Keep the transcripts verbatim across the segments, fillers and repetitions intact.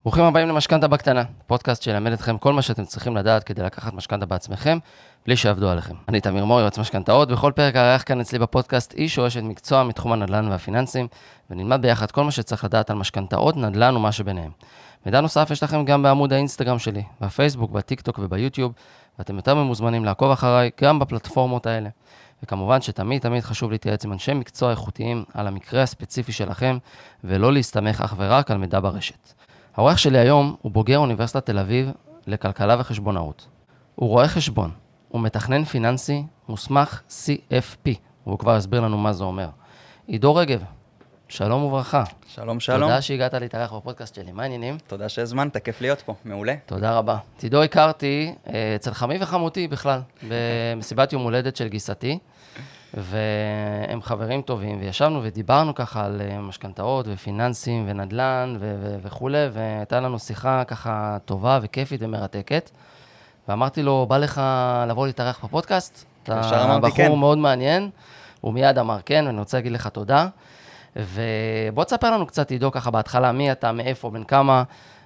ברוכים הבאים למשכנתה בקטנה, פודקאסט שילמד אתכם כל מה שאתם צריכים לדעת כדי לקחת משכנתה בעצמכם, בלי שיעבדו עליכם. אני תמיר מור, יועץ משכנתאות, בכל פרק ארח כאן אצלי בפודקאסט איש או אשת מקצוע מתחום הנדל"ן והפיננסים, ונלמד ביחד כל מה שצריך לדעת על משכנתאות, נדל"ן ומה שביניהם. מידע נוסף יש לכם גם בעמוד האינסטגרם שלי, בפייסבוק, בטיק טוק וביוטיוב, ואתם יותר ממוזמנים לעקוב אחריי גם בפלטפורמות האלה. וכמובן שתמיד תמיד חשוב להתייעץ עם אנשי מקצוע איכותיים על המקרה הספציפי שלכם, ולא להסתמך אך ורק על מידע ברשת. האורח שלי היום הוא בוגר אוניברסיטת תל אביב לכלכלה וחשבונאות. הוא רואה חשבון, הוא מתכנן פיננסי, מוסמך סי אף פי, והוא כבר הסביר לנו מה זה אומר. עידו רגב, שלום וברכה. שלום, שלום. תודה שהגעת להתארח בפודקאסט שלי, מה העניינים? תודה שהזמנת, כיף להיות פה, מעולה. תודה רבה. את עידו הכרתי אצל חמי וחמותי בכלל, במסיבת יום הולדת של גיסתי, והם חברים טובים, וישבנו ודיברנו ככה על משכנתאות ופיננסים ונדל"ן וכו', והייתה לנו שיחה ככה טובה וכיפית ומרתקת, ואמרתי לו, בא לך לבוא להתארח בפודקאסט? אתה בחור מאוד מעניין, הוא מיד אמר כן, ואני רוצה להגיד לך תודה, ובוא תספר לנו קצת עידו ככה בהתחלה, מי אתה, מאיפה, בין כמה,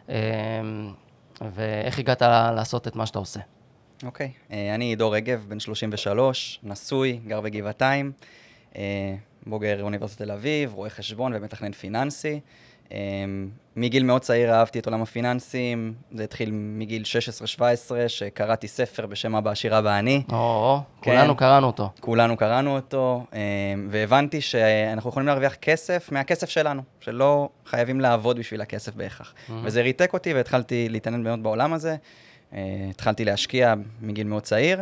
ואיך הגעת לעשות את מה שאתה עושה. אוקיי, אני עידו רגב, בן שלושים ושלוש, נשוי, גר בגבעתיים, בוגר אוניברסיטת תל אביב, רואה חשבון ומתכנן פיננסי. מגיל מאוד צעיר אהבתי את עולם הפיננסים, זה התחיל מגיל שש עשרה שבע עשרה, שקראתי ספר בשם אבא עשיר אבא עני. או, כולנו קראנו אותו. כולנו קראנו אותו, והבנתי שאנחנו יכולים להרוויח כסף מהכסף שלנו, שלא חייבים לעבוד בשביל הכסף בהכרח. וזה ריתק אותי והתחלתי להתעניין מאוד בעולם הזה. התחלתי להשקיע מגיל מאוד צעיר.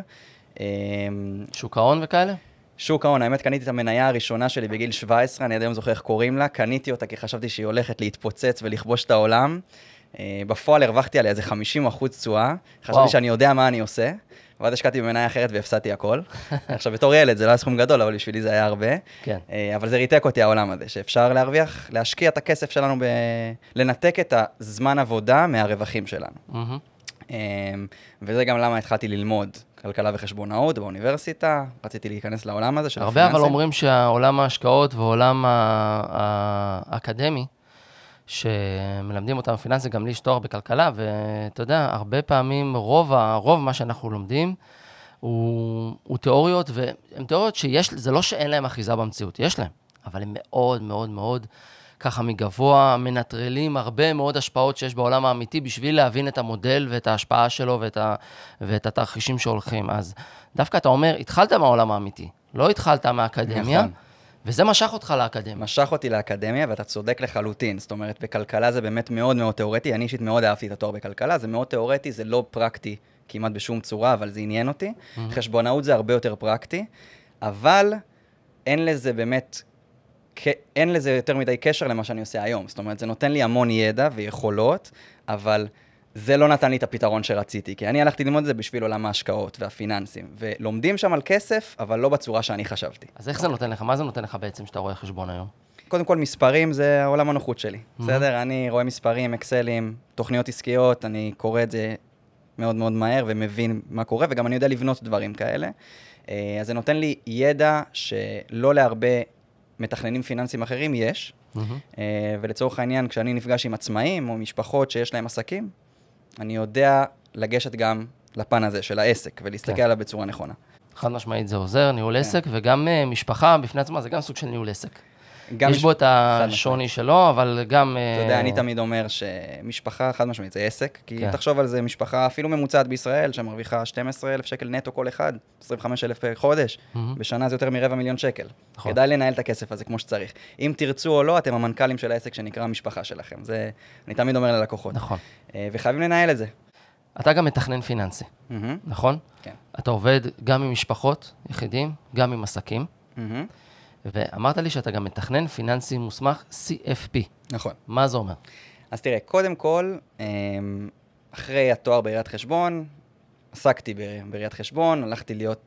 שוק ההון וכאלה? שוק ההון, האמת קניתי את המניה הראשונה שלי בגיל שבע עשרה, אני עד היום זוכר איך קוראים לה, קניתי אותה כי חשבתי שהיא הולכת להתפוצץ ולכבוש את העולם. בפועל הרווחתי עליה איזה חמישים אחוז תשואה, חשבתי שאני יודע מה אני עושה, ואז השקעתי במניה אחרת והפסדתי הכל. עכשיו בתור ילד זה לא היה סכום גדול, אבל בשבילי זה היה הרבה. כן. אבל זה ריתק אותי העולם הזה, שאפשר להרוויח, להשקיע את הכסף שלנו, ב... לנתק את הזמן עבודה מהרווחים שלנו. וזה גם למה התחלתי ללמוד כלכלה וחשבונאות באוניברסיטה, רציתי להיכנס לעולם הזה של הפיננסים. הרבה אבל אומרים שהעולם ההשקעות ועולם האקדמי, שמלמדים אותם פיננסי, גם לי יש תואר בכלכלה, ואתה יודע, הרבה פעמים רוב, רוב מה שאנחנו לומדים הוא, הוא תיאוריות, והן תיאוריות שיש, זה לא שאין להם אחיזה במציאות, יש להם, אבל הן מאוד מאוד מאוד ככה מגבוה, מנטרלים הרבה מאוד השפעות שיש בעולם האמיתי, בשביל להבין את המודל ואת ההשפעה שלו ואת, ה, ואת התרחישים שהולכים. אז דווקא אתה אומר, התחלת מהעולם האמיתי, לא התחלת מהאקדמיה, נכון. וזה משך אותך לאקדמיה. משך אותי לאקדמיה, ואתה צודק לחלוטין. זאת אומרת, בכלכלה זה באמת מאוד מאוד תיאורטי. אני אישית מאוד אהבתי את התואר בכלכלה, זה מאוד תיאורטי, זה לא פרקטי כמעט בשום צורה, אבל זה עניין אותי. Mm-hmm. חשבונאות זה הרבה יותר פרקטי, אבל אין לזה באמת... אין לזה יותר מדי קשר למה שאני עושה היום. זאת אומרת, זה נותן לי המון ידע ויכולות, אבל זה לא נתן לי את הפתרון שרציתי, כי אני הלכתי ללמוד את זה בשביל עולם ההשקעות והפיננסים, ולומדים שם על כסף, אבל לא בצורה שאני חשבתי. אז איך זה נותן לך? מה זה נותן לך בעצם שאתה רואה חשבון היום? קודם כל, מספרים זה העולם הנוחות שלי. בסדר? אני רואה מספרים, אקסלים, תוכניות עסקיות, אני קורא את זה מאוד מאוד מהר ומבין מה קורה, וגם אני יודע לבנות דברים כאלה. אז זה נותן לי ידע שלא להרבה מתכננים פיננסיים אחרים יש, mm-hmm. ולצורך העניין, כשאני נפגש עם עצמאים או משפחות שיש להם עסקים, אני יודע לגשת גם לפן הזה של העסק, ולהסתכל כן. עליו בצורה נכונה. חד משמעית זה עוזר, ניהול כן. עסק, וגם משפחה בפני עצמה, זה גם סוג של ניהול עסק. יש בו את השוני שלו, אבל גם... אתה יודע, אני תמיד אומר שמשפחה חד משמעית זה עסק, כי אם תחשוב על זה, משפחה אפילו ממוצעת בישראל, שמרוויחה שנים עשר אלף שקל נטו כל אחד, עשרים וחמישה אלף חודש, בשנה זה יותר מרבע מיליון שקל. כדאי לנהל את הכסף הזה כמו שצריך. אם תרצו או לא, אתם המנכ"לים של העסק שנקרא המשפחה שלכם. זה, אני תמיד אומר ללקוחות. נכון. וחייבים לנהל את זה. אתה גם מתכנן פיננסי, נכון? כן. אתה עובד גם עם משפחות, יחידים, גם עם עסקים. ואמרת לי שאתה גם מתכנן פיננסי מוסמך סי אף פי. נכון. מה זה אומר? אז תראה, קודם כל, אחרי התואר בראיית חשבון, עסקתי בראיית חשבון, הלכתי להיות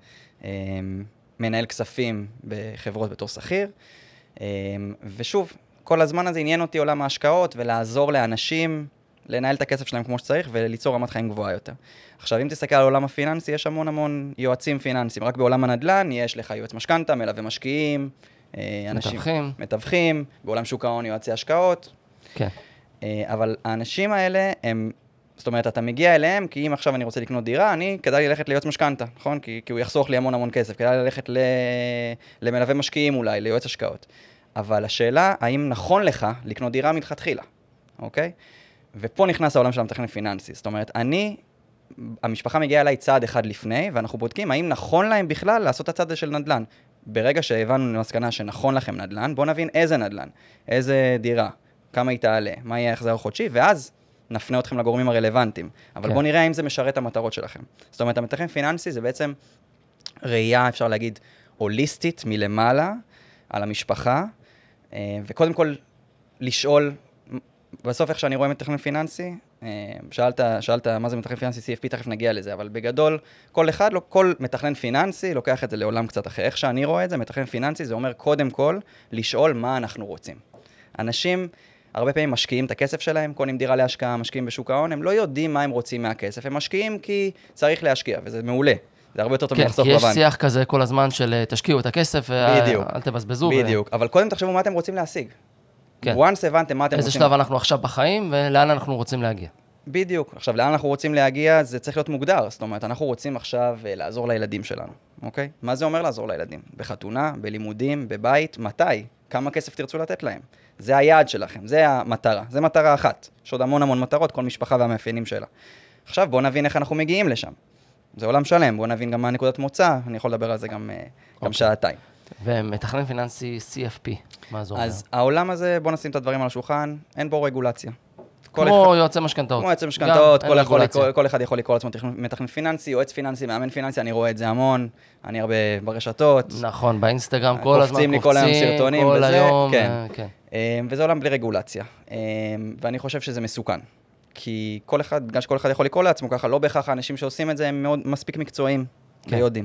מנהל כספים בחברות בתור שכיר, ושוב, כל הזמן הזה עניין אותי עולם ההשקעות ולעזור לאנשים לנהל את הכסף שלהם כמו שצריך וליצור רמת חיים גבוהה יותר. עכשיו, אם תסתכל על עולם הפיננסי, יש המון המון יועצים פיננסיים. רק בעולם הנדל"ן יש לך יועץ משכנתא, מלווה משקיעים, אנשים... מתווכים. מתווכים. בעולם שוק ההון, יועצי השקעות. כן. אבל האנשים האלה הם, זאת אומרת, אתה מגיע אליהם, כי אם עכשיו אני רוצה לקנות דירה, אני כדאי ללכת ליועץ משכנתה, נכון? כי, כי הוא יחסוך לי המון המון כסף, כדאי ללכת ל... למלווה משקיעים אולי, ליועץ השקעות. אבל השאלה, האם נכון לך לקנות דירה מלכתחילה, אוקיי? ופה נכנס העולם של המתכנן פיננסי. זאת אומרת, אני, המשפחה מגיעה אליי צעד אחד לפני, ואנחנו בודקים האם נכון להם בכלל לעשות את הצעד הזה של נדל"ן. ברגע שהבנו למסקנה שנכון לכם נדל"ן, בואו נבין איזה נדל"ן, איזה דירה, כמה היא תעלה, מה יהיה החזר חודשי, ואז נפנה אתכם לגורמים הרלוונטיים. אבל כן. בואו נראה האם זה משרת את המטרות שלכם. זאת אומרת, המתכנן פיננסי זה בעצם ראייה, אפשר להגיד, הוליסטית מלמעלה על המשפחה, וקודם כל לשאול, בסוף איך שאני רואה מתכנן פיננסי, שאלת, שאלת מה זה מתכנן פיננסי סי אף פי, תכף נגיע לזה, אבל בגדול, כל אחד, כל מתכנן פיננסי לוקח את זה לעולם קצת אחר. איך שאני רואה את זה, מתכנן פיננסי זה אומר קודם כל לשאול מה אנחנו רוצים. אנשים הרבה פעמים משקיעים את הכסף שלהם, קונים דירה להשקעה, משקיעים בשוק ההון, הם לא יודעים מה הם רוצים מהכסף, הם משקיעים כי צריך להשקיע, וזה מעולה. זה הרבה יותר טוב מלחסוך בבנק. כן, כי יש שיח כזה כל הזמן של תשקיעו את הכסף, ואל תבזבזו. בדיוק, אבל קודם תחשבו מה אתם רוצים להשיג. once הבנתם מה אתם רוצים. איזה שלב אנחנו עכשיו בחיים, ולאן אנחנו רוצים להגיע. בדיוק. עכשיו, לאן אנחנו רוצים להגיע, זה צריך להיות מוגדר. זאת אומרת, אנחנו רוצים עכשיו לעזור לילדים שלנו, אוקיי? מה זה אומר לעזור לילדים? בחתונה, בלימודים, בבית, מתי? כמה כסף תרצו לתת להם? זה היעד שלכם, זה המטרה. זה מטרה אחת. יש עוד המון המון מטרות, כל משפחה והמאפיינים שלה. עכשיו, בואו נבין איך אנחנו מגיעים לשם. זה עולם שלם, בואו נבין גם מה נקודת מוצא, אני יכול לדבר על זה גם, okay. גם שעתיים. ומתכנן פיננסי סי אף פי, מה זה אומר? אז העולם הזה, בואו נשים את הדברים על השולחן, אין בו רגולציה. כמו אחד, יועצי משכנתאות. כמו יועצי משכנתאות, כל, יכול, כל, כל אחד יכול לקרוא לעצמו מתכנן פיננסי, יועץ פיננסי, מאמן פיננסי, אני רואה את זה המון, אני הרבה ברשתות. נכון, באינסטגרם כל הזמן קופצים לי כל היום סרטונים, כל וזה, היום, כן. כן. וזה עולם בלי רגולציה, ואני חושב שזה מסוכן. כי כל אחד, בגלל שכל אחד יכול לקרוא לעצמו ככה, לא בהכרח האנשים שעושים את זה הם מאוד מספיק מקצועיים כן. ויודעים.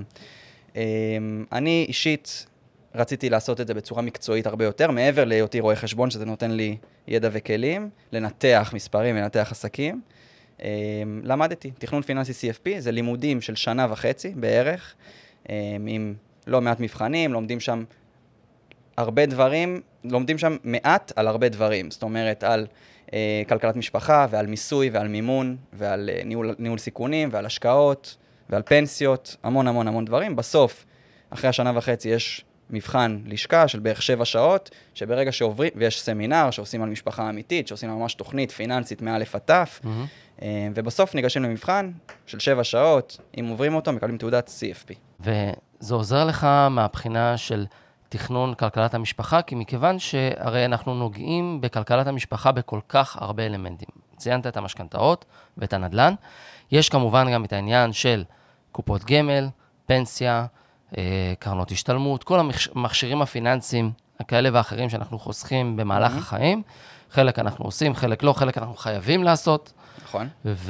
אני אישית רציתי לעשות את זה בצורה מקצועית הרבה יותר, מעבר להיותי רואה חשבון, שזה נותן לי ידע וכלים, לנתח מספרים, לנתח עסקים. למדתי, תכנון פיננסי סי אף פי, זה לימודים של שנה וחצי בערך, עם לא מעט מבחנים, לומדים שם הרבה דברים, לומדים שם מעט על הרבה דברים, זאת אומרת על כלכלת משפחה ועל מיסוי ועל מימון ועל ניהול, ניהול סיכונים ועל השקעות ועל פנסיות, המון המון המון דברים. בסוף, אחרי השנה וחצי יש מבחן לשכה של בערך שבע שעות, שברגע שעוברים, ויש סמינר שעושים על משפחה אמיתית, שעושים ממש תוכנית פיננסית מאלף עד תף, mm-hmm. ובסוף ניגשים למבחן של שבע שעות, אם עוברים אותו, מקבלים תעודת סי אף פי. וזה עוזר לך מהבחינה של תכנון כלכלת המשפחה, כי מכיוון שהרי אנחנו נוגעים בכלכלת המשפחה בכל כך הרבה אלמנטים. ציינת את המשכנתאות ואת הנדל"ן. יש כמובן גם את העניין של קופות גמל, פנסיה, קרנות השתלמות, כל המכשירים הפיננסיים הכאלה ואחרים שאנחנו חוסכים במהלך mm-hmm. החיים. חלק אנחנו עושים, חלק לא, חלק אנחנו חייבים לעשות. נכון.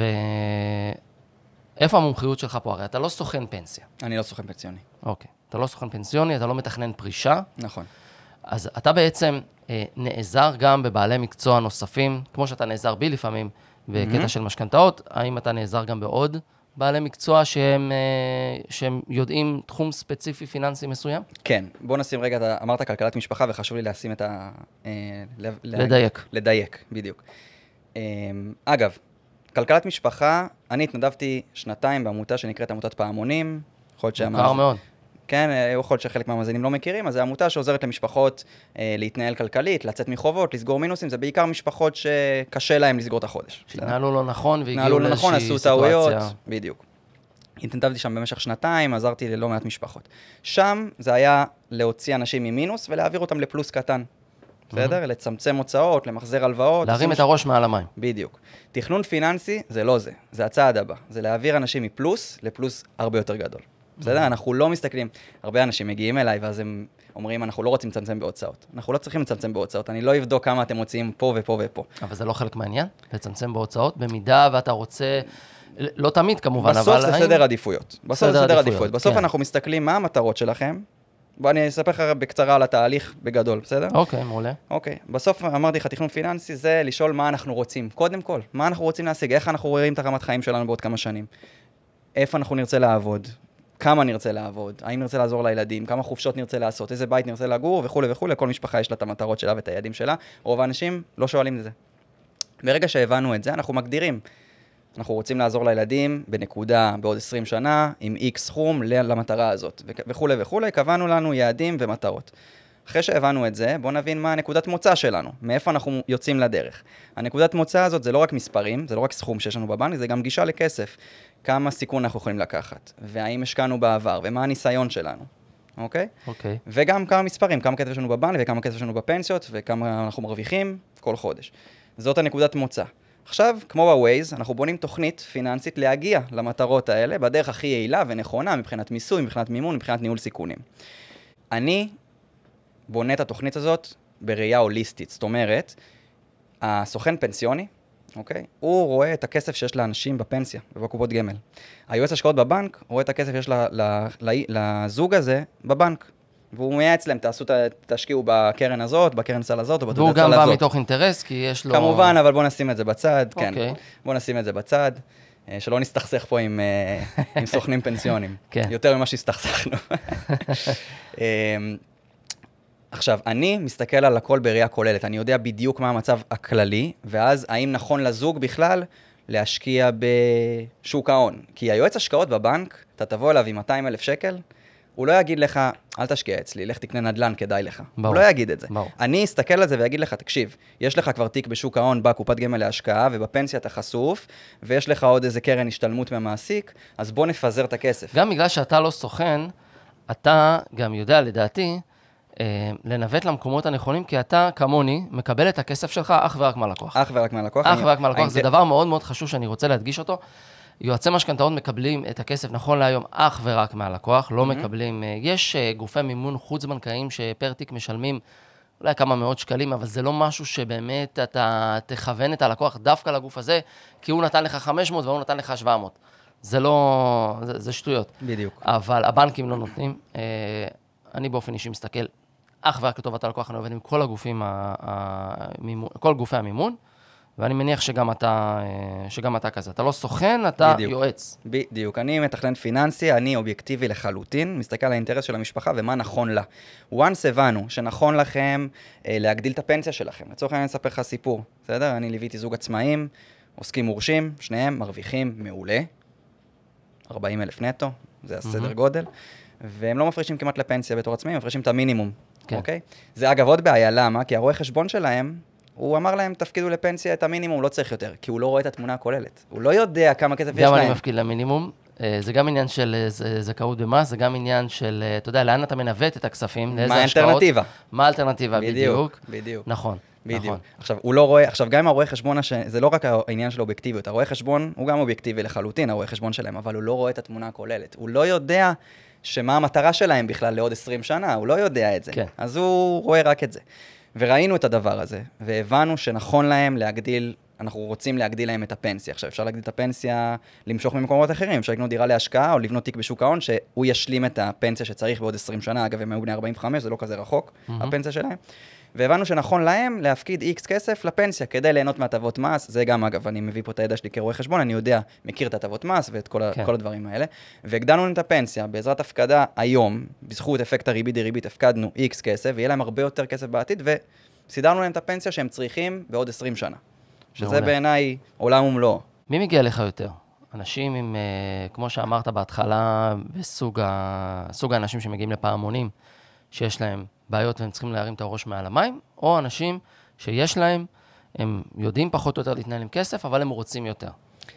ואיפה המומחיות שלך פה? הרי אתה לא סוכן פנסיה. אני לא סוכן פנסיוני. אוקיי. אתה לא סוכן פנסיוני, אתה לא מתכנן פרישה. נכון. אז אתה בעצם אה, נעזר גם בבעלי מקצוע נוספים, כמו שאתה נעזר בי לפעמים, בקטע mm-hmm. של משכנתאות, האם אתה נעזר גם בעוד בעלי מקצוע שהם, אה, שהם יודעים תחום ספציפי פיננסי מסוים? כן. בוא נשים רגע, אתה אמרת כלכלת משפחה, וחשוב לי לשים את ה... אה, לדייק. לדייק, בדיוק. אה, אגב, כלכלת משפחה, אני התנדבתי שנתיים בעמותה שנקראת עמותת פעמונים. מוכר מאוד. כן, יכול להיות שחלק מהמאזינים לא מכירים, אז זו עמותה שעוזרת למשפחות אה, להתנהל כלכלית, לצאת מחובות, לסגור מינוסים, זה בעיקר משפחות שקשה להם לסגור את החודש. התנהלו לא נכון והגיעו לאיזושהי נכון, סיטואציה. טעויות, בדיוק. התנדבתי שם במשך שנתיים, עזרתי ללא מעט משפחות. שם זה היה להוציא אנשים ממינוס ולהעביר אותם לפלוס קטן. בסדר? Mm-hmm. לצמצם הוצאות, למחזר הלוואות. להרים את הראש מעל המים. בדיוק. תכנון פיננסי זה לא זה, זה הצעד הבא. זה להעביר אנשים מפלוס לפלוס הרבה יותר גדול. בסדר? אנחנו לא מסתכלים, הרבה אנשים מגיעים אליי, ואז הם אומרים, אנחנו לא רוצים לצמצם בהוצאות. אנחנו לא צריכים לצמצם בהוצאות, אני לא אבדוק כמה אתם מוציאים פה ופה ופה. אבל זה לא חלק מהעניין, לצמצם בהוצאות, במידה ואתה רוצה, לא תמיד כמובן, אבל... בסוף זה סדר עדיפויות. בסוף זה סדר עדיפויות. בסוף אנחנו מסתכלים מה המטרות שלכם, ואני אספר לך בקצרה על התהליך בגדול, בסדר? אוקיי, מעולה. אוקיי, בסוף אמרתי לך, תכנון פיננסי זה לשאול מה אנחנו רוצים. קודם כל, מה אנחנו רוצים להשיג, איך אנחנו רואים את הרמת חיים שלנו בעוד כמה שנים. איפה אנחנו נרצה לעבוד, כמה נרצה לעבוד, האם נרצה לעזור לילדים, כמה חופשות נרצה לעשות, איזה בית נרצה לגור וכו' וכו', כל משפחה יש לה את המטרות שלה ואת היעדים שלה. רוב האנשים לא שואלים את זה. ברגע שהבנו את זה, אנחנו מגדירים. אנחנו רוצים לעזור לילדים בנקודה בעוד עשרים שנה, עם X סכום למטרה הזאת, וכו' וכו', קבענו לנו יעדים ומטרות. אחרי שהבנו את זה, בואו נבין מה הנקודת מוצא שלנו, מאיפה אנחנו יוצאים לדרך. הנקודת מוצא הזאת זה לא רק מספרים, זה לא רק סכום שיש לנו בבנק, זה גם גישה לכסף. כמה סיכון אנחנו יכולים לקחת, והאם השקענו בעבר, ומה הניסיון שלנו. אוקיי? אוקיי. וגם כמה מספרים, כמה כסף יש לנו בבנק, וכמה כסף יש לנו בפנסיות, וכמה אנחנו מרוויחים כל חודש. זאת הנקודת מוצא. עכשיו, כמו בווייז, אנחנו בונים תוכנית פיננסית להגיע למטרות האלה, בדרך הכי יעילה ונכונה, מבחינת מיסוי, מבחינת מימון, מבחינת ניהול סיכונים. אני בונה את התוכנית הזאת בראייה הוליסטית, זאת אומרת, הסוכן פנסיוני, אוקיי? הוא רואה את הכסף שיש לאנשים בפנסיה ובקופות גמל. היועץ השקעות בבנק רואה את הכסף שיש ל- ל- ל- לזוג הזה בבנק. והוא מייעץ להם, תעשו, תשקיעו בקרן הזאת, בקרן סל הזאת, או בתעודת סל הזאת. והוא גם בא מתוך אינטרס, כי יש לו... כמובן, אבל בואו נשים את זה בצד, כן. אוקיי. בואו נשים את זה בצד, שלא נסתכסך פה עם, עם סוכנים פנסיונים. כן. יותר ממה שהסתכסכנו. עכשיו, אני מסתכל על הכל בראייה כוללת, אני יודע בדיוק מה המצב הכללי, ואז האם נכון לזוג בכלל להשקיע בשוק ההון. כי היועץ השקעות בבנק, אתה תבוא אליו עם מאתיים אלף שקל, הוא לא יגיד לך, אל תשקיע אצלי, לך תקנה נדל"ן, כדאי לך. ברור. הוא לא יגיד את זה. ברור. אני אסתכל על זה ויגיד לך, תקשיב, יש לך כבר תיק בשוק ההון, בקופת גמל להשקעה, ובפנסיה אתה חשוף, ויש לך עוד איזה קרן השתלמות מהמעסיק, אז בוא נפזר את הכסף. גם בגלל שאתה לא סוכן, אתה גם יודע, לדעתי, לנווט למקומות הנכונים, כי אתה, כמוני, מקבל את הכסף שלך אך ורק מהלקוח. אך ורק מהלקוח. אך ורק מהלקוח, זה דבר מאוד מאוד חשוב שאני רוצה להדגיש אותו. יועצי משכנתאות מקבלים את הכסף נכון להיום אך ורק מהלקוח, לא מקבלים, יש גופי מימון חוץ-בנקאיים שפר תיק משלמים אולי כמה מאות שקלים, אבל זה לא משהו שבאמת אתה תכוון את הלקוח דווקא לגוף הזה, כי הוא נתן לך חמש מאות והוא נתן לך שבע מאות. זה לא, זה, זה שטויות. בדיוק. אבל הבנקים לא נותנים. אני באופן אישי מסתכל אך ורק לטובת הלקוח, אני עובד עם כל הגופים, המימון, כל גופי המימון, ואני מניח שגם אתה, שגם אתה כזה. אתה לא סוכן, אתה בדיוק. יועץ. בדיוק. אני מתכנן פיננסי, אני אובייקטיבי לחלוטין, מסתכל על האינטרס של המשפחה ומה נכון לה. once הבנו שנכון לכם אה, להגדיל את הפנסיה שלכם. לצורך העניין אני אספר לך סיפור, בסדר? אני ליוויתי זוג עצמאים, עוסקים מורשים, שניהם מרוויחים מעולה, ארבעים אלף נטו, זה הסדר mm-hmm. גודל, והם לא מפרישים כמעט לפנסיה בתור עצמאים, מפרישים את המינימום, כן. אוקיי? זה אגב עוד בעיה, למה? כי הרואה חשבון שלהם, הוא אמר להם, תפקידו לפנסיה את המינימום, לא צריך יותר, כי הוא לא רואה את התמונה הכוללת. הוא לא יודע כמה כסף יש להם. גם אני מפקיד למינימום. זה גם עניין של זכאות במס, זה גם עניין של, אתה יודע, לאן אתה מנווט את הכספים, לאיזה השקעות. מה האלטרנטיבה? מה האלטרנטיבה, בדיוק. בדיוק. נכון. בדיוק. עכשיו, הוא לא רואה, עכשיו, גם עם הרואה חשבון, זה לא רק העניין של האובייקטיביות, הרואה חשבון הוא גם אובייקטיבי לחלוטין, הרואה חשבון שלהם, אבל הוא לא רואה את התמונה הכוללת. הוא לא יודע שמה המטרה שלהם בכלל לעוד עשרים שנה, הוא לא יודע את זה. כן. אז הוא רואה רק את זה. וראינו את הדבר הזה, והבנו שנכון להם להגדיל, אנחנו רוצים להגדיל להם את הפנסיה. עכשיו, אפשר להגדיל את הפנסיה, למשוך ממקומות אחרים, אפשר לקנות דירה להשקעה, או לבנות תיק בשוק ההון, שהוא ישלים את הפנסיה שצריך בעוד עשרים שנה, אגב, הם היו בני ארבעים וחמש, זה לא כזה רחוק, mm-hmm. הפנסיה שלהם. והבנו שנכון להם להפקיד X כסף לפנסיה, כדי ליהנות מהטבות מס, זה גם, אגב, אני מביא פה את הידע שלי כרואה חשבון, אני יודע, מכיר את הטבות מס ואת כל, כן. כל הדברים האלה, והגדלנו להם את הפנסיה, בעזרת הפקדה היום, בזכות אפקט הריבית דריבית, הפקדנו X כסף, ויהיה להם הרבה יותר כסף בעתיד, וסידרנו להם את הפנסיה שהם צריכים בעוד עשרים שנה. שזה בעיניי עולם ומלואו. מי מגיע לך יותר? אנשים עם, כמו שאמרת בהתחלה, בסוג ה... סוג האנשים שמגיעים לפעמונים, שיש להם בעיות והם צריכים להרים את הראש מעל המים, או אנשים שיש להם, הם יודעים פחות או יותר להתנהל עם כסף, אבל הם רוצים יותר.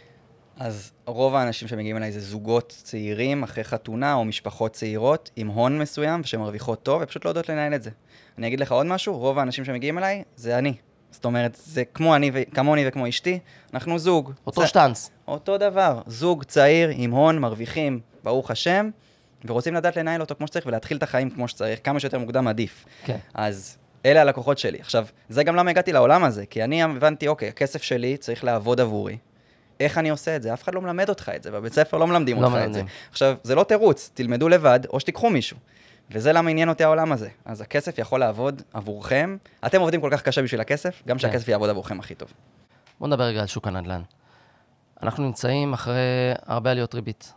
אז רוב האנשים שמגיעים אליי זה זוגות צעירים, אחרי חתונה, או משפחות צעירות, עם הון מסוים, שמרוויחות טוב, ופשוט לא יודעות לנהל את זה. אני אגיד לך עוד משהו, רוב האנשים שמגיעים אליי, זה אני. זאת אומרת, זה כמו אני ו... כמוני וכמו אשתי, אנחנו זוג. אותו זה... שטנץ. אותו דבר, זוג צעיר עם הון, מרוויחים, ברוך השם, ורוצים לדעת לנהל אותו כמו שצריך, ולהתחיל את החיים כמו שצריך, כמה שיותר מוקדם עדיף. כן. אז אלה הלקוחות שלי. עכשיו, זה גם למה הגעתי לעולם הזה, כי אני הבנתי, אוקיי, הכסף שלי צריך לעבוד עבורי. איך אני עושה את זה? אף אחד לא מלמד אותך את זה, בבית ספר לא מלמדים לא אותך מלמדים. את זה. עכשיו, זה לא תירוץ, תלמדו לבד, או שתיקחו מישהו. וזה למה עניין אותי העולם הזה. אז הכסף יכול לעבוד עבורכם. אתם עובדים כל כך קשה בשביל הכסף, גם שהכסף יעבוד עבורכם הכי טוב. בואו נדבר רגע על שוק הנדל"ן. אנחנו נמצאים אחרי הרבה עליות ריבית.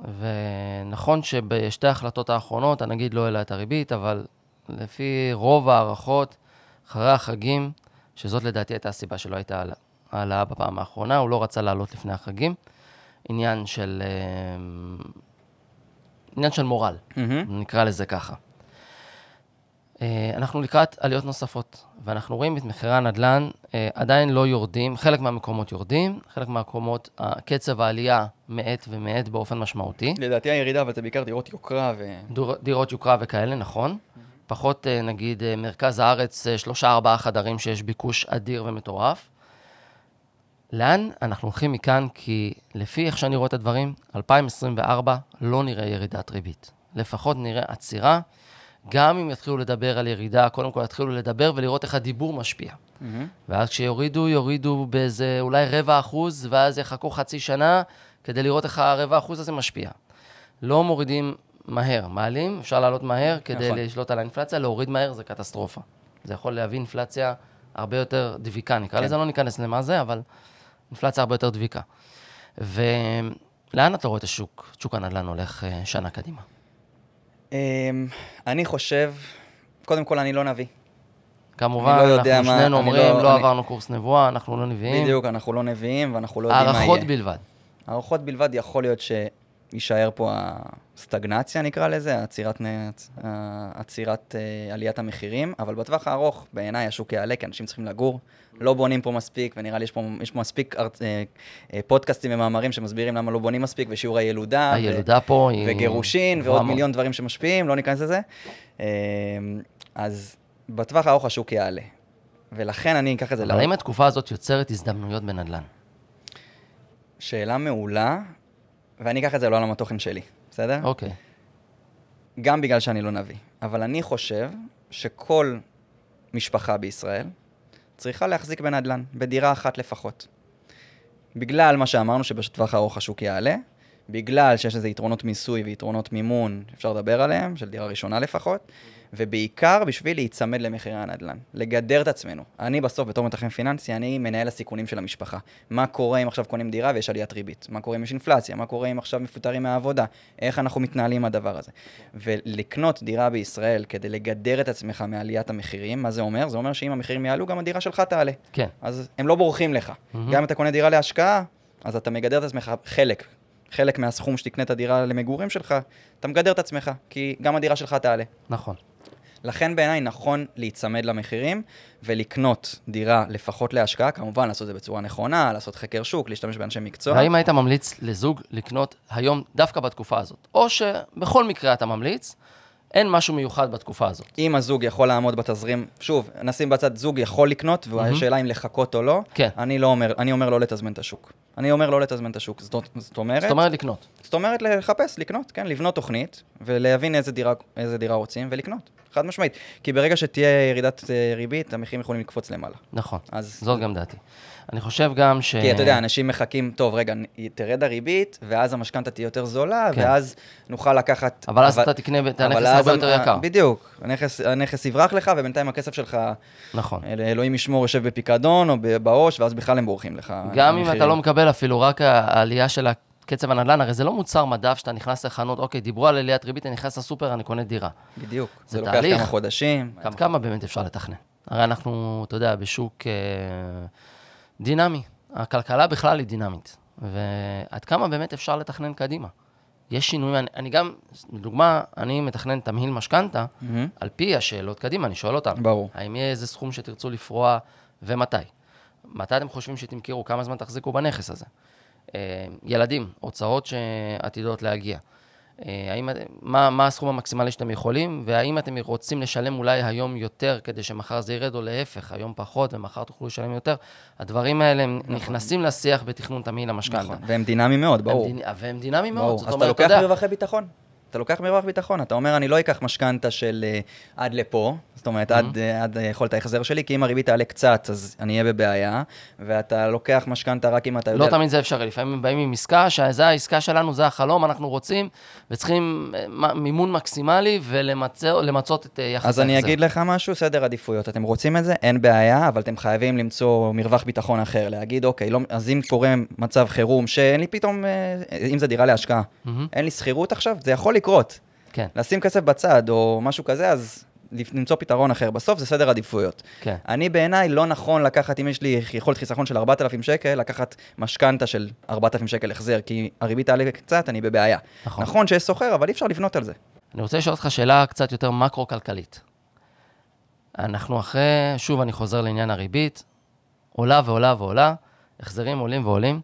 ונכון שבשתי ההחלטות האחרונות, אני אגיד לא העלה את הריבית, אבל לפי רוב הערכות, אחרי החגים, שזאת לדעתי הייתה הסיבה שלא הייתה העלאה בפעם האחרונה, הוא לא רצה לעלות לפני החגים. עניין של, עניין של מורל, Mm-hmm. נקרא לזה ככה. אנחנו לקראת עליות נוספות, ואנחנו רואים את מחירי הנדל"ן עדיין לא יורדים, חלק מהמקומות יורדים, חלק מהמקומות, קצב העלייה מעט ומעט באופן משמעותי. לדעתי הירידה, אבל זה בעיקר דירות יוקרה ו... דירות יוקרה וכאלה, נכון. פחות, נגיד, מרכז הארץ, שלושה, ארבעה חדרים שיש ביקוש אדיר ומטורף. לאן אנחנו הולכים מכאן? כי לפי איך שאני רואה את הדברים, אלפיים עשרים וארבע לא נראה ירידת ריבית. לפחות נראה עצירה. גם אם יתחילו לדבר על ירידה, קודם כל יתחילו לדבר ולראות איך הדיבור משפיע. Mm-hmm. ואז כשיורידו, יורידו באיזה אולי רבע אחוז, ואז יחכו חצי שנה כדי לראות איך הרבע אחוז הזה משפיע. לא מורידים מהר, מעלים, אפשר לעלות מהר כדי נכון. לשלוט על האינפלציה, להוריד מהר זה קטסטרופה. זה יכול להביא אינפלציה הרבה יותר דביקה, נקרא כן. לזה, לא ניכנס למה זה, אבל אינפלציה הרבה יותר דביקה. ולאן אתה רואה את השוק? שוק הנדל"ן הולך שנה קדימה. אני חושב, קודם כל אני לא נביא. כמובן, אנחנו שנינו אומרים, לא עברנו קורס נבואה, אנחנו לא נביאים. בדיוק, אנחנו לא נביאים ואנחנו לא יודעים מה יהיה. הערכות בלבד. הערכות בלבד יכול להיות שישאר פה הסטגנציה, נקרא לזה, עצירת עליית המחירים, אבל בטווח הארוך, בעיניי השוק יעלה, כי אנשים צריכים לגור, לא בונים פה מספיק, ונראה לי יש פה מספיק פודקאסטים ומאמרים שמסבירים למה לא בונים מספיק, ושיעור הילודה, הילודה פה היא... וגירושין, ועוד מיליון דברים שמשפיעים, לא ניכנס לזה. אז בטווח הארוך השוק יעלה. ולכן אני אקח את זה... אבל האם התקופה הזאת יוצרת הזדמנויות בנדל"ן? שאלה מעולה, ואני אקח את זה לעולם התוכן שלי, בסדר? אוקיי. גם בגלל שאני לא נביא. אבל אני חושב שכל משפחה בישראל צריכה להחזיק בנדל"ן, בדירה אחת לפחות. בגלל מה שאמרנו שבטווח הארוך השוק יעלה, בגלל שיש איזה יתרונות מיסוי ויתרונות מימון, אפשר לדבר עליהם, של דירה ראשונה לפחות, ובעיקר בשביל להיצמד למחירי הנדל"ן, לגדר את עצמנו. אני בסוף, בתור מתכנן פיננסי, אני מנהל הסיכונים של המשפחה. מה קורה אם עכשיו קונים דירה ויש עליית ריבית? מה קורה אם יש אינפלציה? מה קורה אם עכשיו מפוטרים מהעבודה? איך אנחנו מתנהלים עם הדבר הזה? ולקנות דירה בישראל כדי לגדר את עצמך מעליית המחירים, מה זה אומר? זה אומר שאם המחירים יעלו, גם הדירה שלך תעלה. כן. אז הם לא בורחים לך. Mm-hmm. גם אם אתה קונה דירה להשקעה, אז אתה מגדר את עצמך חלק. חלק מהסכום שתקנה את הדירה למגורים שלך, אתה מגדר את עצמך, כי גם הדירה שלך תעלה. נכון. לכן בעיניי נכון להיצמד למחירים, ולקנות דירה לפחות להשקעה, כמובן לעשות זה בצורה נכונה, לעשות חקר שוק, להשתמש באנשי מקצוע. והאם היית ממליץ לזוג לקנות היום דווקא בתקופה הזאת? או שבכל מקרה אתה ממליץ, אין משהו מיוחד בתקופה הזאת. אם הזוג יכול לעמוד בתזרים, שוב, נשים בצד, זוג יכול לקנות, והשאלה אם לחכות או לא, כן. אני לא אומר, אני אומר לא לתזמן את השוק. אני אומר לא לתזמן את השוק. זאת, זאת אומרת... זאת אומרת לקנות. זאת אומרת לחפש, לקנות, כן, לבנות תוכנית, ולהבין איזה דירה, איזה דירה רוצים, ולקנות. חד משמעית. כי ברגע שתהיה ירידת ריבית, המחירים יכולים לקפוץ למעלה. נכון. אז... זאת גם דעתי. אני חושב גם ש... כי אתה יודע, אנשים מחכים, טוב, רגע, תרד הריבית, ואז המשכנתה תהיה יותר זולה, כן. ואז נוכל לקחת... אבל אז אתה תקנה את הנכס הרבה יותר יקר. בדיוק. הנכס, הנכס יברח לך, ובינתיים הכסף שלך... נכון. אלוהים ישמור, יושב בפיקדון או בעו"ש, ואז בכלל הם בורחים לך. גם אם אתה לא מקבל אפילו רק העלייה של קצב הנדל"ן, הרי זה לא מוצר מדף שאתה נכנס לחנות, אוקיי, דיברו על עליית ריבית, אני נכנס לסופר, אני קונה דירה. בדיוק. זה, זה לוקח כמה חודשים. כמה, כמה באמת אפשר לתכנן. הרי אנחנו, אתה יודע, בשוק אה, דינמי. הכלכלה בכלל היא דינמית. ועד כמה באמת אפשר לתכנן קדימה. יש שינויים, אני, אני גם, לדוגמה, אני מתכנן תמהיל משכנתה, mm-hmm. על פי השאלות קדימה, אני שואל אותם. ברור. האם יהיה איזה סכום שתרצו לפרוע ומתי? מתי אתם חושבים שתמכירו, כמה זמן תחזיקו בנכס הזה? ילדים, הוצאות שעתידות להגיע. האם, מה, מה הסכום המקסימלי שאתם יכולים, והאם אתם רוצים לשלם אולי היום יותר כדי שמחר זה ירד, או להפך, היום פחות ומחר תוכלו לשלם יותר. הדברים האלה הם נכון. נכנסים לשיח בתכנון תמהיל המשכנתה. נכון. והם דינמיים מאוד, ברור. הם, דינ... והם דינמיים מאוד. אז אתה לוקח מרווחי ביטחון. אתה לוקח מרווח ביטחון, אתה אומר, אני לא אקח משכנתה של uh, עד לפה, זאת אומרת, mm-hmm. עד, uh, עד uh, יכולת ההחזר שלי, כי אם הריבית תעלה קצת, אז אני אהיה בבעיה, ואתה לוקח משכנתה רק אם אתה יודע... לא תמיד זה אפשרי, לפעמים הם באים עם עסקה, שזה העסקה שלנו, זה החלום, אנחנו רוצים, וצריכים uh, מימון מקסימלי, ולמצות את uh, יחס ההחזר. אז אני אגיד לך משהו, סדר עדיפויות, אתם רוצים את זה, אין בעיה, אבל אתם חייבים למצוא מרווח ביטחון אחר, להגיד, אוקיי, לא, אז אם קורה מצב חירום, שאין לי פתאום, uh, אם זה דירה להשקעה, mm-hmm. אין לי שכירות עכשיו, זה יכול לקרות. כן. לשים כסף בצד או משהו כזה, אז למצוא פתרון אחר. בסוף זה סדר עדיפויות. כן. אני בעיניי לא נכון לקחת, אם יש לי יכולת חיסכון של ארבעת אלפים שקל, לקחת משכנתה של ארבעת אלפים שקל החזר, כי הריבית תעלה קצת, אני בבעיה. נכון. נכון שיש סוחר, אבל אי אפשר לבנות על זה. אני רוצה לשאול אותך שאלה קצת יותר מקרו-כלכלית. אנחנו אחרי, שוב אני חוזר לעניין הריבית, עולה ועולה ועולה, החזרים עולים ועולים.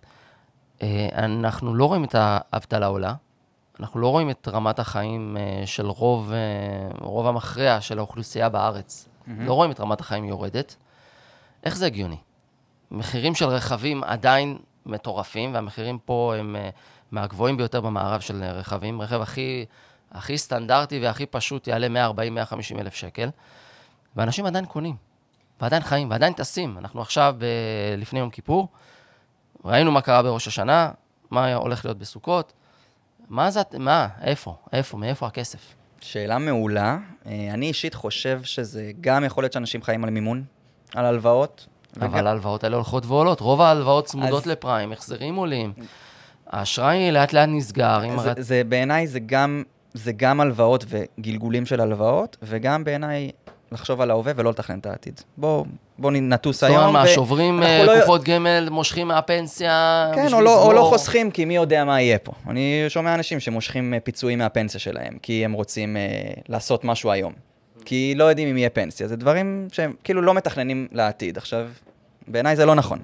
אנחנו לא רואים את האבטלה עולה, אנחנו לא רואים את רמת החיים של רוב, רוב המכריע של האוכלוסייה בארץ. Mm-hmm. לא רואים את רמת החיים יורדת. איך זה הגיוני? מחירים של רכבים עדיין מטורפים, והמחירים פה הם מהגבוהים ביותר במערב של רכבים. רכב הכי, הכי סטנדרטי והכי פשוט יעלה מאה ארבעים עד מאה וחמישים אלף שקל, ואנשים עדיין קונים, ועדיין חיים, ועדיין טסים. אנחנו עכשיו, ב- לפני יום כיפור, ראינו מה קרה בראש השנה, מה הולך להיות בסוכות, מה זה, מה, איפה, איפה, מאיפה הכסף? שאלה מעולה. אני אישית חושב שזה גם יכול להיות שאנשים חיים על מימון, על הלוואות. אבל וגם... ההלוואות האלה הולכות ועולות, רוב ההלוואות צמודות אז... לפריים, החזרים עולים, האשראי לאט לאט נסגר. זה, הר... זה בעיניי זה גם, זה גם הלוואות וגלגולים של הלוואות, וגם בעיניי לחשוב על ההווה ולא לתכנן את העתיד. בוא, בוא נטוס היום. זאת אומרת, מה, שוברים קופות גמל, מושכים מהפנסיה? כן, או לא, או לא חוסכים, כי מי יודע מה יהיה פה. אני שומע אנשים שמושכים פיצויים מהפנסיה שלהם, כי הם רוצים אה, לעשות משהו היום. כי לא יודעים אם יהיה פנסיה. זה דברים שהם כאילו לא מתכננים לעתיד. עכשיו, בעיניי זה לא נכון.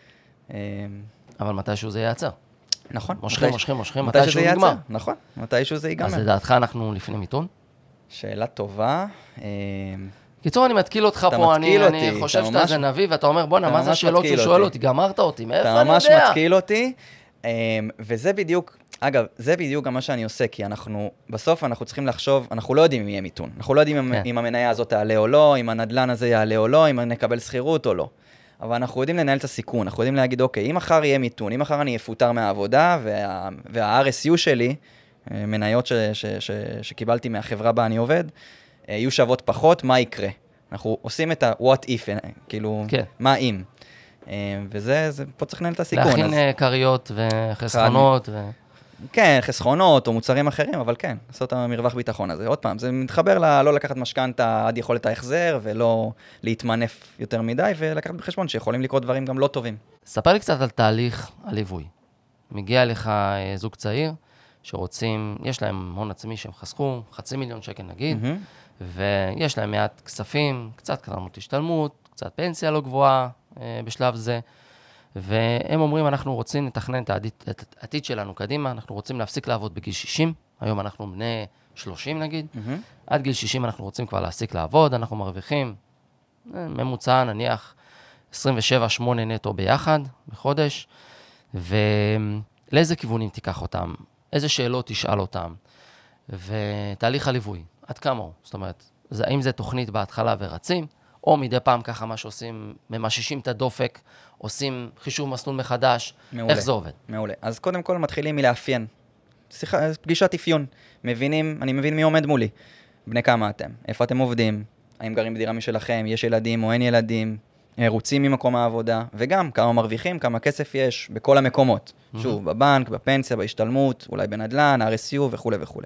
אבל מתישהו זה ייעצר. נכון. מושכים, מתי, מושכים, מושכים, מתי מתישהו נגמר. נכון, מתישהו זה ייגמר. אז לדעתך אנחנו לפני מיתון? שאלה טובה. קיצור, אני מתקיל אותך פה, אני, אני חושב שאתה זה נביא, ואתה אומר, בוא'נה, מה זה השאלות שהוא שואל אותי? גמרת אותי, מאיפה אני יודע? אתה ממש מתקיל אותי, וזה בדיוק, אגב, זה בדיוק גם מה שאני עושה, כי אנחנו, בסוף אנחנו צריכים לחשוב, אנחנו לא יודעים אם יהיה מיתון, אנחנו לא יודעים אם המניה הזאת תעלה או לא, אם הנדלן הזה יעלה או לא, אם נקבל שכירות או לא. אבל אנחנו יודעים לנהל את הסיכון, אנחנו יודעים להגיד, אוקיי, אם מחר יהיה מיתון, אם מחר אני אפוטר מהעבודה, וה-אר אס יו שלי, מניות ש- ש- ש- שקיבלתי מהחברה בה אני עובד, יהיו שוות פחות, מה יקרה? אנחנו עושים את ה-what if, כאילו, כן. מה אם? וזה, זה, פה צריך לנהל את הסיכון. להכין אז... קריות וחסכונות. ו... כן, חסכונות או מוצרים אחרים, אבל כן, לעשות את המרווח ביטחון הזה. עוד פעם, זה מתחבר ל- לא לקחת משכנתה עד יכולת ההחזר, ולא להתמנף יותר מדי, ולקחת בחשבון שיכולים לקרות דברים גם לא טובים. ספר לי קצת על תהליך הליווי. מגיע לך זוג צעיר, שרוצים, יש להם הון עצמי שהם חסכו, חצי מיליון שקל נגיד, mm-hmm. ויש להם מעט כספים, קצת קרנות השתלמות, קצת פנסיה לא גבוהה אה, בשלב זה, והם אומרים, אנחנו רוצים לתכנן את העתיד, את העתיד שלנו קדימה, אנחנו רוצים להפסיק לעבוד בגיל שישים, היום אנחנו בני שלושים נגיד, mm-hmm. עד גיל שישים אנחנו רוצים כבר להפסיק לעבוד, אנחנו מרוויחים אה, ממוצע נניח עשרים ושבע שמונה נטו ביחד, בחודש, ולאיזה כיוונים תיקח אותם? איזה שאלות תשאל אותם, ותהליך הליווי, עד כמה הוא? זאת אומרת, זה, האם זה תוכנית בהתחלה ורצים, או מדי פעם ככה מה שעושים, ממששים את הדופק, עושים חישוב מסלול מחדש, מעולה, איך זה עובד? מעולה. אז קודם כל מתחילים מלאפיין. שיחה, פגישת אפיון. מבינים, אני מבין מי עומד מולי. בני כמה אתם? איפה אתם עובדים? האם גרים בדירה משלכם? יש ילדים או אין ילדים? רוצים ממקום העבודה, וגם כמה מרוויחים, כמה כסף יש בכל המקומות. Mm-hmm. שוב, בבנק, בפנסיה, בהשתלמות, אולי בנדלן, אר אס יו וכו' וכו'.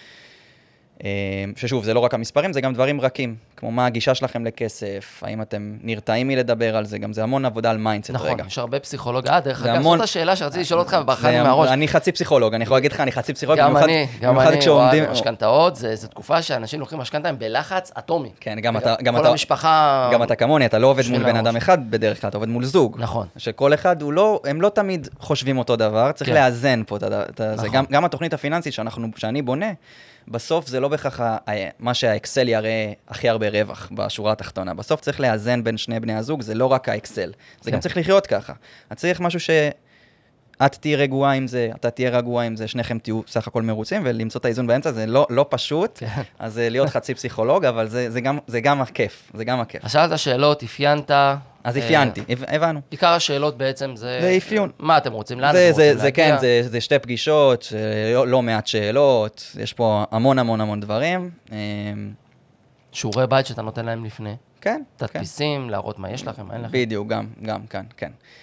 ששוב, זה לא רק המספרים, זה גם דברים רכים, כמו מה הגישה שלכם לכסף, האם אתם נרתעים מלדבר על זה, גם זה המון עבודה על מיינדסט רגע. נכון, יש הרבה פסיכולוגיה. דרך אגב, זאת השאלה שרציתי לשאול אותך ובחרנו מהראש. אני חצי פסיכולוג, אני יכול להגיד לך, אני חצי פסיכולוג. גם אני, גם אני, וואי, משכנתאות, זו תקופה שאנשים לוקחים משכנתה, הם בלחץ אטומי. כן, גם אתה, כל המשפחה... גם אתה כמוני, אתה לא עובד מול בן אדם אחד בדרך כלל, אתה עובד מול זוג. נכון. שכל אחד, הם לא תמיד חושבים אותו דבר, צריך לאזן פה את זה. גם התוכנית הפיננסית שאני בונה, בסוף זה לא בכך מה שהאקסל יראה הכי הרבה רווח בשורה התחתונה. בסוף צריך לאזן בין שני בני הזוג, זה לא רק האקסל. זה גם צריך לחיות ככה. את צריך משהו שאת תהיה רגועה עם זה, אתה תהיה רגועה עם זה, שניכם תהיו סך הכל מרוצים, ולמצוא את האיזון באמצע זה לא, לא פשוט. אז להיות חצי פסיכולוג, אבל זה, זה גם, זה גם הכיף, זה גם הכיף. אז שאלת שאלות, אפיינת. אז אפיינתי, הבנו. עיקר השאלות בעצם זה... זה אפיון. מה אתם רוצים? לאן אתם רוצים להגיע? זה כן, זה שתי פגישות, לא מעט שאלות, יש פה המון המון המון דברים. שיעורי בית שאתה נותן להם לפני. כן. תדפיסים, להראות מה יש לכם, אין לכם. בדיוק, גם, גם, כאן, כן.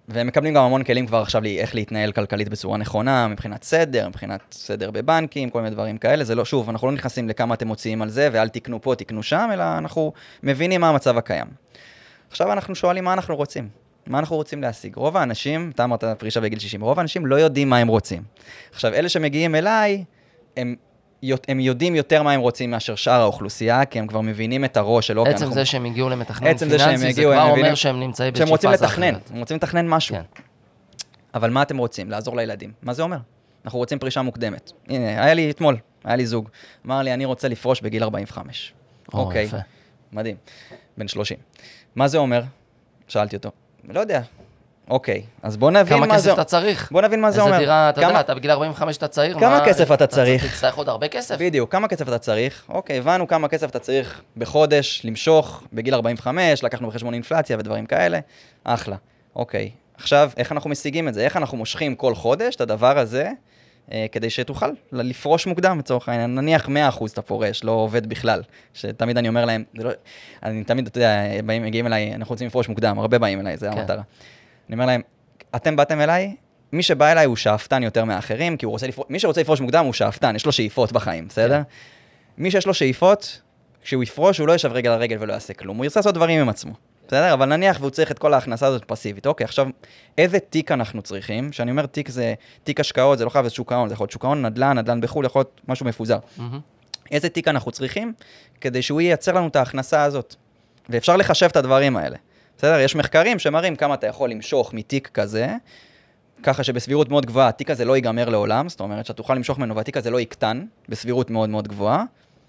והם מקבלים גם המון כלים כבר עכשיו איך להתנהל כלכלית בצורה נכונה, מבחינת סדר, מבחינת סדר בבנקים, כל מיני דברים כאלה. זה לא, שוב, אנחנו לא נכנסים לכמה אתם מוציאים על זה, ואל תקנו פה, תקנו שם, אלא אנחנו מבינים מה המצב הקיים. עכשיו אנחנו שואלים מה אנחנו רוצים. מה אנחנו רוצים להשיג? רוב האנשים, אתה אמרת פרישה בגיל שישים, רוב האנשים לא יודעים מה הם רוצים. עכשיו, אלה שמגיעים אליי, הם, הם יודעים יותר מה הם רוצים מאשר שאר האוכלוסייה, כי הם כבר מבינים את הראש שלו. עצם אנחנו... זה שהם הגיעו למתכנן עצם זה פיננסי, שהם זה הגיעו, כבר הם אומר מבינים... שהם נמצאים שהם בצ'יפ רוצים אחרת. לתכנן, הם רוצים לתכנן משהו. כן. אבל מה אתם רוצים? לעזור לילדים. מה זה אומר? אנחנו רוצים פרישה מוקדמת. הנה, היה לי אתמול, היה לי זוג. אמר לי, אני רוצה לפרוש בגיל ארבעים וחמש. או, אוקיי, יפה. מדהים. בן שלושים. מה זה אומר? שאלתי אותו. לא יודע. אוקיי, אז בוא נבין מה זה... כמה כסף אתה צריך? בוא נבין מה זה אומר. איזה דירה, אתה כמה... יודע, אתה בגיל ארבעים וחמש אתה צעיר, כמה מה... כסף אתה צריך? אתה תצטרך עוד הרבה כסף? בדיוק, כמה כסף אתה צריך? אוקיי, הבנו כמה כסף אתה צריך בחודש למשוך בגיל ארבעים וחמש, לקחנו בחשבון אינפלציה ודברים כאלה. אחלה. אוקיי, עכשיו, איך אנחנו משיגים את זה? איך אנחנו מושכים כל חודש את הדבר הזה, אה, כדי שתוכל לפרוש מוקדם, לצורך העניין. נניח מאה אחוז אתה פורש, לא עובד בכלל. שתמיד אני אומר להם, לא, אני תמיד, אתה יודע, באים, מגיעים אליי, אנחנו רוצים לפרוש מוקדם, הרבה באים אליי, זה כן. המטרה. אני אומר להם, אתם באתם אליי, מי שבא אליי הוא שאפתן יותר מאחרים, כי הוא רוצה לפרוש, מי שרוצה לפרוש מוקדם הוא שאפתן, יש לו שאיפות בחיים, בסדר? כן. מי שיש לו שאיפות, כשהוא יפרוש, הוא לא ישב רגל על רגל ולא יעשה כלום, הוא ירצה לעשות דברים עם עצמו, בסדר? אבל נניח והוא צריך את כל ההכנסה הזאת פסיבית, אוקיי, עכשיו, איזה תיק אנחנו צריכים? שאני אומר תיק זה, תיק השקעות, זה לא חייב שוק ההון, זה יכול להיות שוק ההון, נדל"ן, נדל"ן בחו"ל, יכול להיות משהו מפוזר. Mm-hmm. איזה תיק אנחנו צריכים? כדי שהוא ייצר לנו את ההכנסה הזאת. ואפשר לחשב את הדברים האלה. בסדר? יש מחקרים שמראים כמה אתה יכול למשוך מתיק כזה, ככה שבסבירות מאוד גבוהה, התיק הזה לא ייגמר לעולם, זאת אומרת שאתה תוכל למשוך ממנו והתיק הזה לא יקטן, בסבירות מאוד מאוד גבוהה,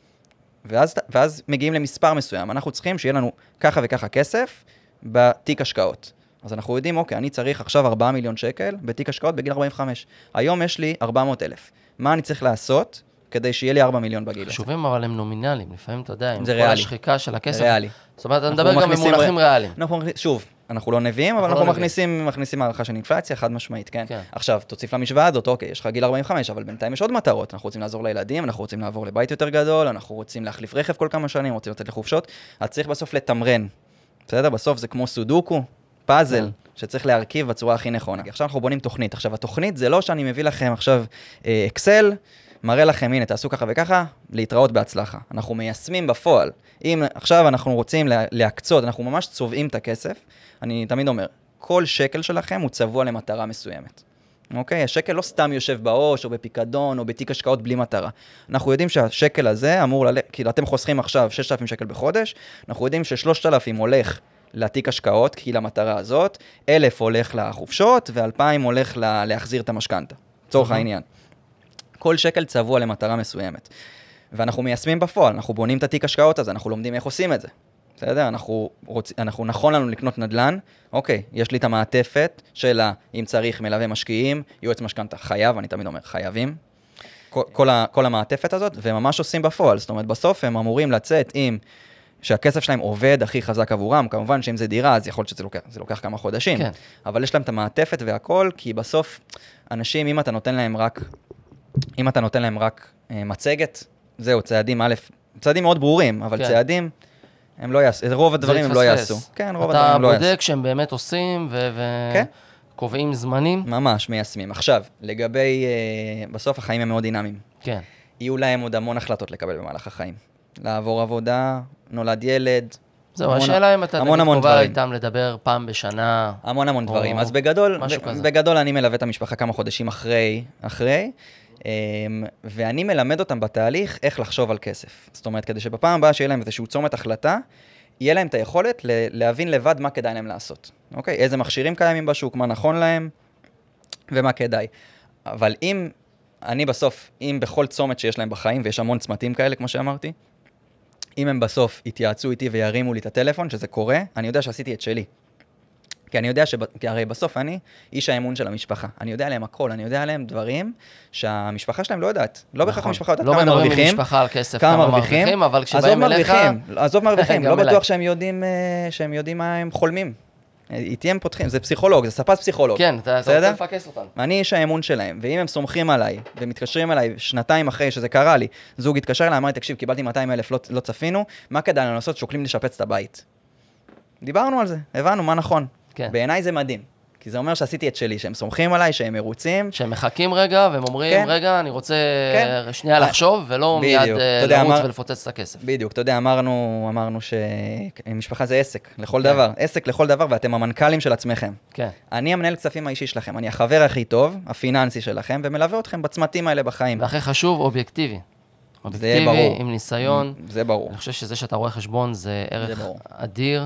ואז, ואז מגיעים למספר מסוים. אנחנו צריכים שיהיה לנו ככה וככה כסף בתיק השקעות. אז אנחנו יודעים, אוקיי, אני צריך עכשיו ארבעה מיליון שקל בתיק השקעות בגיל ארבעים וחמש. היום יש לי ארבע מאות אלף. מה אני צריך לעשות כדי שיהיה לי ארבעה מיליון בגיל? חשובים, אבל הם נומינליים. לפעמים, אתה יודע, עם כל ריאלי. השחיקה של הכסף. ריאלי. זאת אומרת, אתה מדבר גם במונחים ריאליים. שוב, אנחנו לא נביאים, אבל אנחנו מכניסים, מכניסים הערכה של אינפלציה, חד משמעית, כן? עכשיו, תוסיף למשוואה הזאת, אוקיי, יש לך גיל ארבעים וחמש, אבל בינתיים יש עוד מטרות. אנחנו רוצים לעזור לילדים, אנחנו רוצים לעבור לבית יותר גדול, אנחנו רוצים להחליף רכב כל כמה שנים, רוצים לצאת לחופשות. אז צריך בסוף לתמרן. בסדר? בסוף זה כמו סודוקו, פאזל, שצריך להרכיב בצורה הכי נכונה. עכשיו אנחנו בונים תוכנית. עכשיו, התוכנית זה לא שאני מביא לכם עכשיו אקסל, מראה לכם, הנה, תעשו ככה וככה, להתראות בהצלחה. אנחנו מיישמים בפועל. אם עכשיו אנחנו רוצים להקצות, אנחנו ממש צובעים את הכסף, אני תמיד אומר, כל שקל שלכם הוא צבוע למטרה מסוימת. אוקיי? השקל לא סתם יושב בעו"ש, או בפיקדון, או בתיק השקעות בלי מטרה. אנחנו יודעים שהשקל הזה אמור ללכת, כאילו אתם חוסכים עכשיו ששת אלפים שקל בחודש, אנחנו יודעים ש-שלושת אלפים הולך לתיק השקעות, כי למטרה הזאת, אלף הולך לחופשות, ואלפיים הולך להחזיר את המשכנתה. צורך העניין. כל שקל צבוע למטרה מסוימת. ואנחנו מיישמים בפועל, אנחנו בונים את התיק השקעות הזה, אנחנו לומדים איך עושים את זה. בסדר? אנחנו, רוצ... אנחנו נכון לנו לקנות נדל"ן, אוקיי, יש לי את המעטפת שלה, אם צריך מלווה משקיעים, יועץ משכנתא חייב, אני תמיד אומר, חייבים. כל, כל, ה... כל המעטפת הזאת, וממש עושים בפועל. זאת אומרת, בסוף הם אמורים לצאת עם שהכסף שלהם עובד הכי חזק עבורם, כמובן שאם זה דירה, אז יכול להיות שזה לוקח, זה לוקח כמה חודשים. כן. אבל יש להם את המעטפת והכל, כי בסוף, אנשים, אם אתה נותן להם רק, אם אתה נותן להם רק אה, מצגת, זהו, צעדים א', צעדים מאוד ברורים, אבל כן. צעדים, הם לא יעשו, רוב הדברים הם לא יעשו. כן, רוב הדברים הם לא יעשו. אתה בודק שהם באמת עושים, וקובעים זמנים? ממש, מיישמים. עכשיו, לגבי, בסוף החיים הם מאוד דינמיים. כן. יהיו להם עוד המון החלטות לקבל במהלך החיים. לעבור עבודה, נולד ילד. זהו, השאלה אם אתה קובע איתם לדבר פעם בשנה. המון המון דברים. אז בגדול, בגדול אני מלווה את המשפחה כמה חודשים אחרי, אחרי. ואני מלמד אותם בתהליך איך לחשוב על כסף. זאת אומרת, כדי שבפעם הבאה שיהיה להם איזשהו צומת החלטה, יהיה להם את היכולת להבין לבד מה כדאי להם לעשות. אוקיי? איזה מכשירים קיימים בשוק, מה נכון להם, ומה כדאי. אבל אם, אני בסוף, אם בכל צומת שיש להם בחיים, ויש המון צמתים כאלה, כמו שאמרתי, אם הם בסוף יתייעצו איתי וירימו לי את הטלפון, שזה קורה, אני יודע שעשיתי את שלי. כי אני יודע שהרי בסוף אני איש האמון של המשפחה. אני יודע עליהם הכל, אני יודע עליהם דברים שהמשפחה שלהם לא יודעת. לא בכך המשפחה יודעת כמה מרוויחים. לא מדברים במשפחה על כסף, כמה מרוויחים, אבל כשבאים אליך... עזוב מרוויחים, לא בטוח שהם יודעים, שהם יודעים מה הם חולמים. איתי הם פותחים, זה פסיכולוג, זה ספס פסיכולוג. כן, אתה רוצה לפקס אותם. אני איש האמון שלהם, ואם הם סומכים עליי, ומתקשרים אליי שנתיים אחרי שזה קרה לי, זוג התקשר אליי, אמרתי, תקשיב, קיבלתי מאתיים אלף, לא צפינו, מה כדאי לעשות? שוקלים לשפץ את הבית. דיברנו על זה, הבנו מה נכון. כן. בעיניי זה מדהים. כי זה אומר שעשיתי את שלי, שהם סומכים עליי, שהם מרוצים. שהם מחכים רגע, והם אומרים, כן. רגע, אני רוצה כן. שנייה לחשוב, ולא בדיוק. מיד אתה יודע, לרוץ אמר... ולפוצץ את הכסף. בדיוק, אתה יודע, אמרנו, אמרנו שמשפחה זה עסק, לכל כן. דבר. עסק לכל דבר, ואתם המנכ"לים של עצמכם. כן. אני המנהל כספים האישי שלכם, אני החבר הכי טוב, הפיננסי שלכם, ומלווה אתכם בצמתים האלה בחיים. והכי חשוב, אובייקטיבי. אובייקטיבי, ברור. עם ניסיון. זה ברור. אני חושב שזה שאתה רואה חשבון זה ערך ברור. אדיר,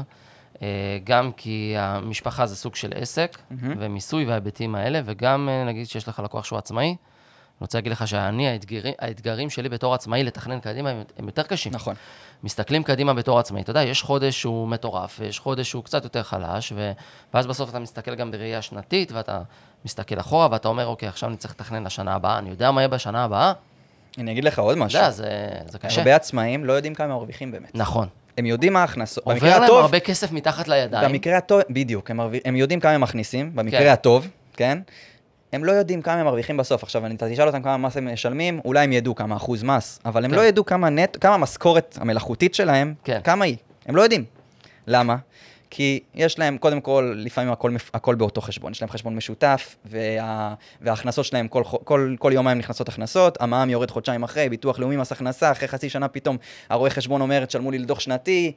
גם כי המשפחה זה סוג של עסק, ומיסוי וההיבטים האלה, וגם נגיד שיש לך לקוח שהוא עצמאי, אני רוצה להגיד לך שאני, האתגרים, האתגרים שלי בתור עצמאי לתכנן קדימה הם יותר קשים. נכון. מסתכלים קדימה בתור עצמאי. אתה יודע, יש חודש שהוא מטורף, ויש חודש שהוא קצת יותר חלש, ו... ואז בסוף אתה מסתכל גם בראייה שנתית, ואתה מסתכל אחורה, ואתה אומר, אוקיי, עכשיו אני צריך לתכנן לשנה הבאה, אני יודע מה יהיה בשנה הבאה. אני אגיד לך עוד משהו. אתה יודע, זה, זה קשה. הרבה עצמאים לא יודעים כמה הם מרוויחים באמת. נכון. הם יודעים מה ההכנסות. עובר להם הרבה כסף מתחת לידיים. במקרה הטוב, בדיוק, הם, מרוויח, הם יודעים כמה הם מכניסים, במקרה כן. הטוב, כן? הם לא יודעים כמה הם מרוויחים בסוף. עכשיו, אני תשאל אותם כמה מס הם משלמים, אולי הם ידעו כמה אחוז מס, אבל הם כן. לא ידעו כמה נט, כמה המשכורת המלאכותית שלהם, כן. כמה היא. הם לא יודעים. למה? כי יש להם, קודם כל, לפעמים הכל, הכל באותו חשבון. יש להם חשבון משותף, וה, וההכנסות שלהם, כל, כל, כל יומיים נכנסות הכנסות, המע"מ יורד חודשיים אחרי, ביטוח לאומי, מס הכנסה, אחרי חצי שנה פתאום, הרואה חשבון אומר, תשלמו לי לדוח שנתי,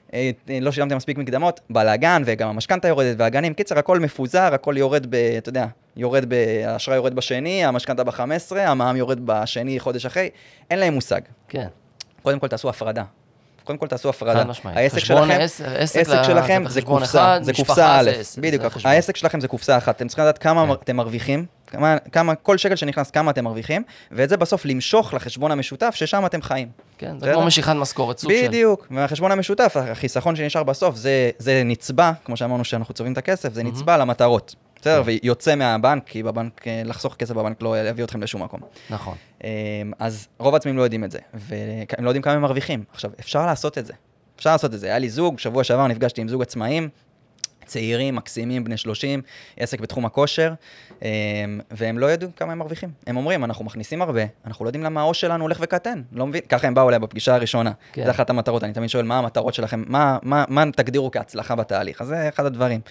לא שילמתם מספיק מקדמות, בלאגן, וגם המשכנתה יורדת, והגנים, קיצר, הכל מפוזר, הכל יורד ב, אתה יודע, יורד ב, האשראי יורד בשני, המשכנתה ב-חמש עשרה, המע"מ יורד בשני חודש אחרי, אין להם מושג. כן. קודם כל תעשו הפרדה. קודם כל תעשו הפרדה. חד משמעית. העסק שלכם, העסק שלכם זה קופסה, זה קופסה א', בדיוק, העסק שלכם זה קופסה אחת. אתם צריכים לדעת כמה אתם מרוויחים, כמה, כמה, כל שקל שנכנס, כמה אתם מרוויחים, ואת זה בסוף למשוך לחשבון המשותף, ששם אתם חיים. כן, זה כמו משיכת משכורת, סוג של... בדיוק, והחשבון המשותף, החיסכון שנשאר בסוף, זה, זה נצבע, כמו שאמרנו שאנחנו צובעים את הכסף, זה נצבע למטרות. בסדר, ויוצא מהבנק, כי בבנק, לחסוך כסף בבנק לא יביא אתכם לשום מקום. נכון. אז רוב העצמאים לא יודעים את זה, והם לא יודעים כמה הם מרוויחים. עכשיו, אפשר לעשות את זה. אפשר לעשות את זה. היה לי זוג, שבוע שעבר נפגשתי עם זוג עצמאים, צעירים, מקסימים, בני שלושים, עסק בתחום הכושר, והם לא ידעו כמה הם מרוויחים. הם אומרים, אנחנו מכניסים הרבה, אנחנו לא יודעים למה העו"ש שלנו הולך וקטן. לא מבין, ככה הם באו אליי בפגישה הראשונה. כן. זה אחת המטרות, אני תמיד שואל, מה המטרות שלכם? מה, מה, מה תגדירו כהצלחה בתהליך? אז זה אחד הדברים.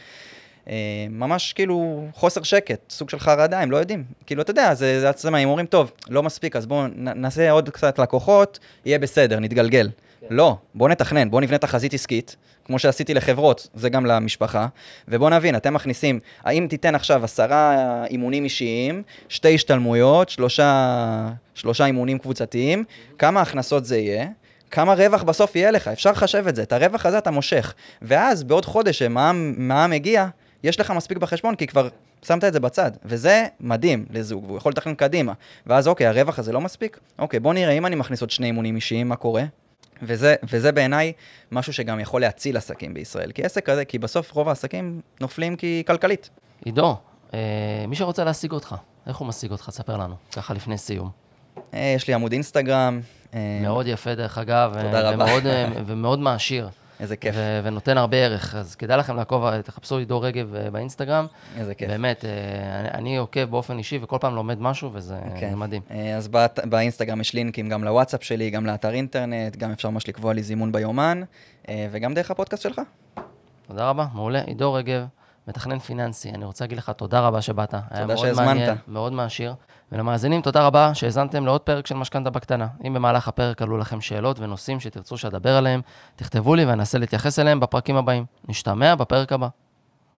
ממש כאילו חוסר שקט, סוג של חרדה, הם לא יודעים. כאילו, אתה יודע, זה, זה עצמאים, אומרים, טוב, לא מספיק, אז בואו נעשה עוד קצת לקוחות, יהיה בסדר, נתגלגל. כן. לא, בואו נתכנן, בואו נבנה תחזית עסקית, כמו שעשיתי לחברות, זה גם למשפחה, ובואו נבין, אתם מכניסים, האם תיתן עכשיו עשרה אימונים אישיים, שתי השתלמויות, שלושה, שלושה אימונים קבוצתיים, כמה הכנסות זה יהיה? כמה רווח בסוף יהיה לך? אפשר לחשב את זה, את הרווח הזה אתה מושך, ואז בעוד חודש שמע"מ מגיע, יש לך מספיק בחשבון, כי כבר שמת את זה בצד, וזה מדהים לזוג, והוא יכול לתכנן קדימה. ואז אוקיי, הרווח הזה לא מספיק? אוקיי, בוא נראה, אם אני מכניס עוד שני אימונים אישיים, מה קורה? וזה, וזה בעיניי משהו שגם יכול להציל עסקים בישראל. כי עסק כזה, כי בסוף רוב העסקים נופלים כי כלכלית. עידו, אה, מי שרוצה להשיג אותך, איך הוא משיג אותך? ספר לנו, ככה לפני סיום. אה, יש לי עמוד אינסטגרם. אה, מאוד יפה דרך אגב, תודה רבה. ומאוד, ומאוד מעשיר. איזה כיף. ו- ונותן הרבה ערך, אז כדאי לכם לעקוב, תחפשו עידו רגב באינסטגרם. איזה כיף. באמת, אני, אני עוקב באופן אישי וכל פעם לומד משהו, וזה כן. מדהים. אז בא, באינסטגרם יש לינקים גם לוואטסאפ שלי, גם לאתר אינטרנט, גם אפשר ממש לקבוע לי זימון ביומן, וגם דרך הפודקאסט שלך. תודה רבה, מעולה. עידו רגב, מתכנן פיננסי, אני רוצה להגיד לך תודה רבה שבאת. תודה שהזמנת. מאוד מעשיר. ולמאזינים, תודה רבה שהזנתם לעוד פרק של משכנתה בקטנה. אם במהלך הפרק עלו לכם שאלות ונושאים שתרצו שאדבר עליהם, תכתבו לי ואנסה להתייחס אליהם בפרקים הבאים. נשתמע בפרק הבא.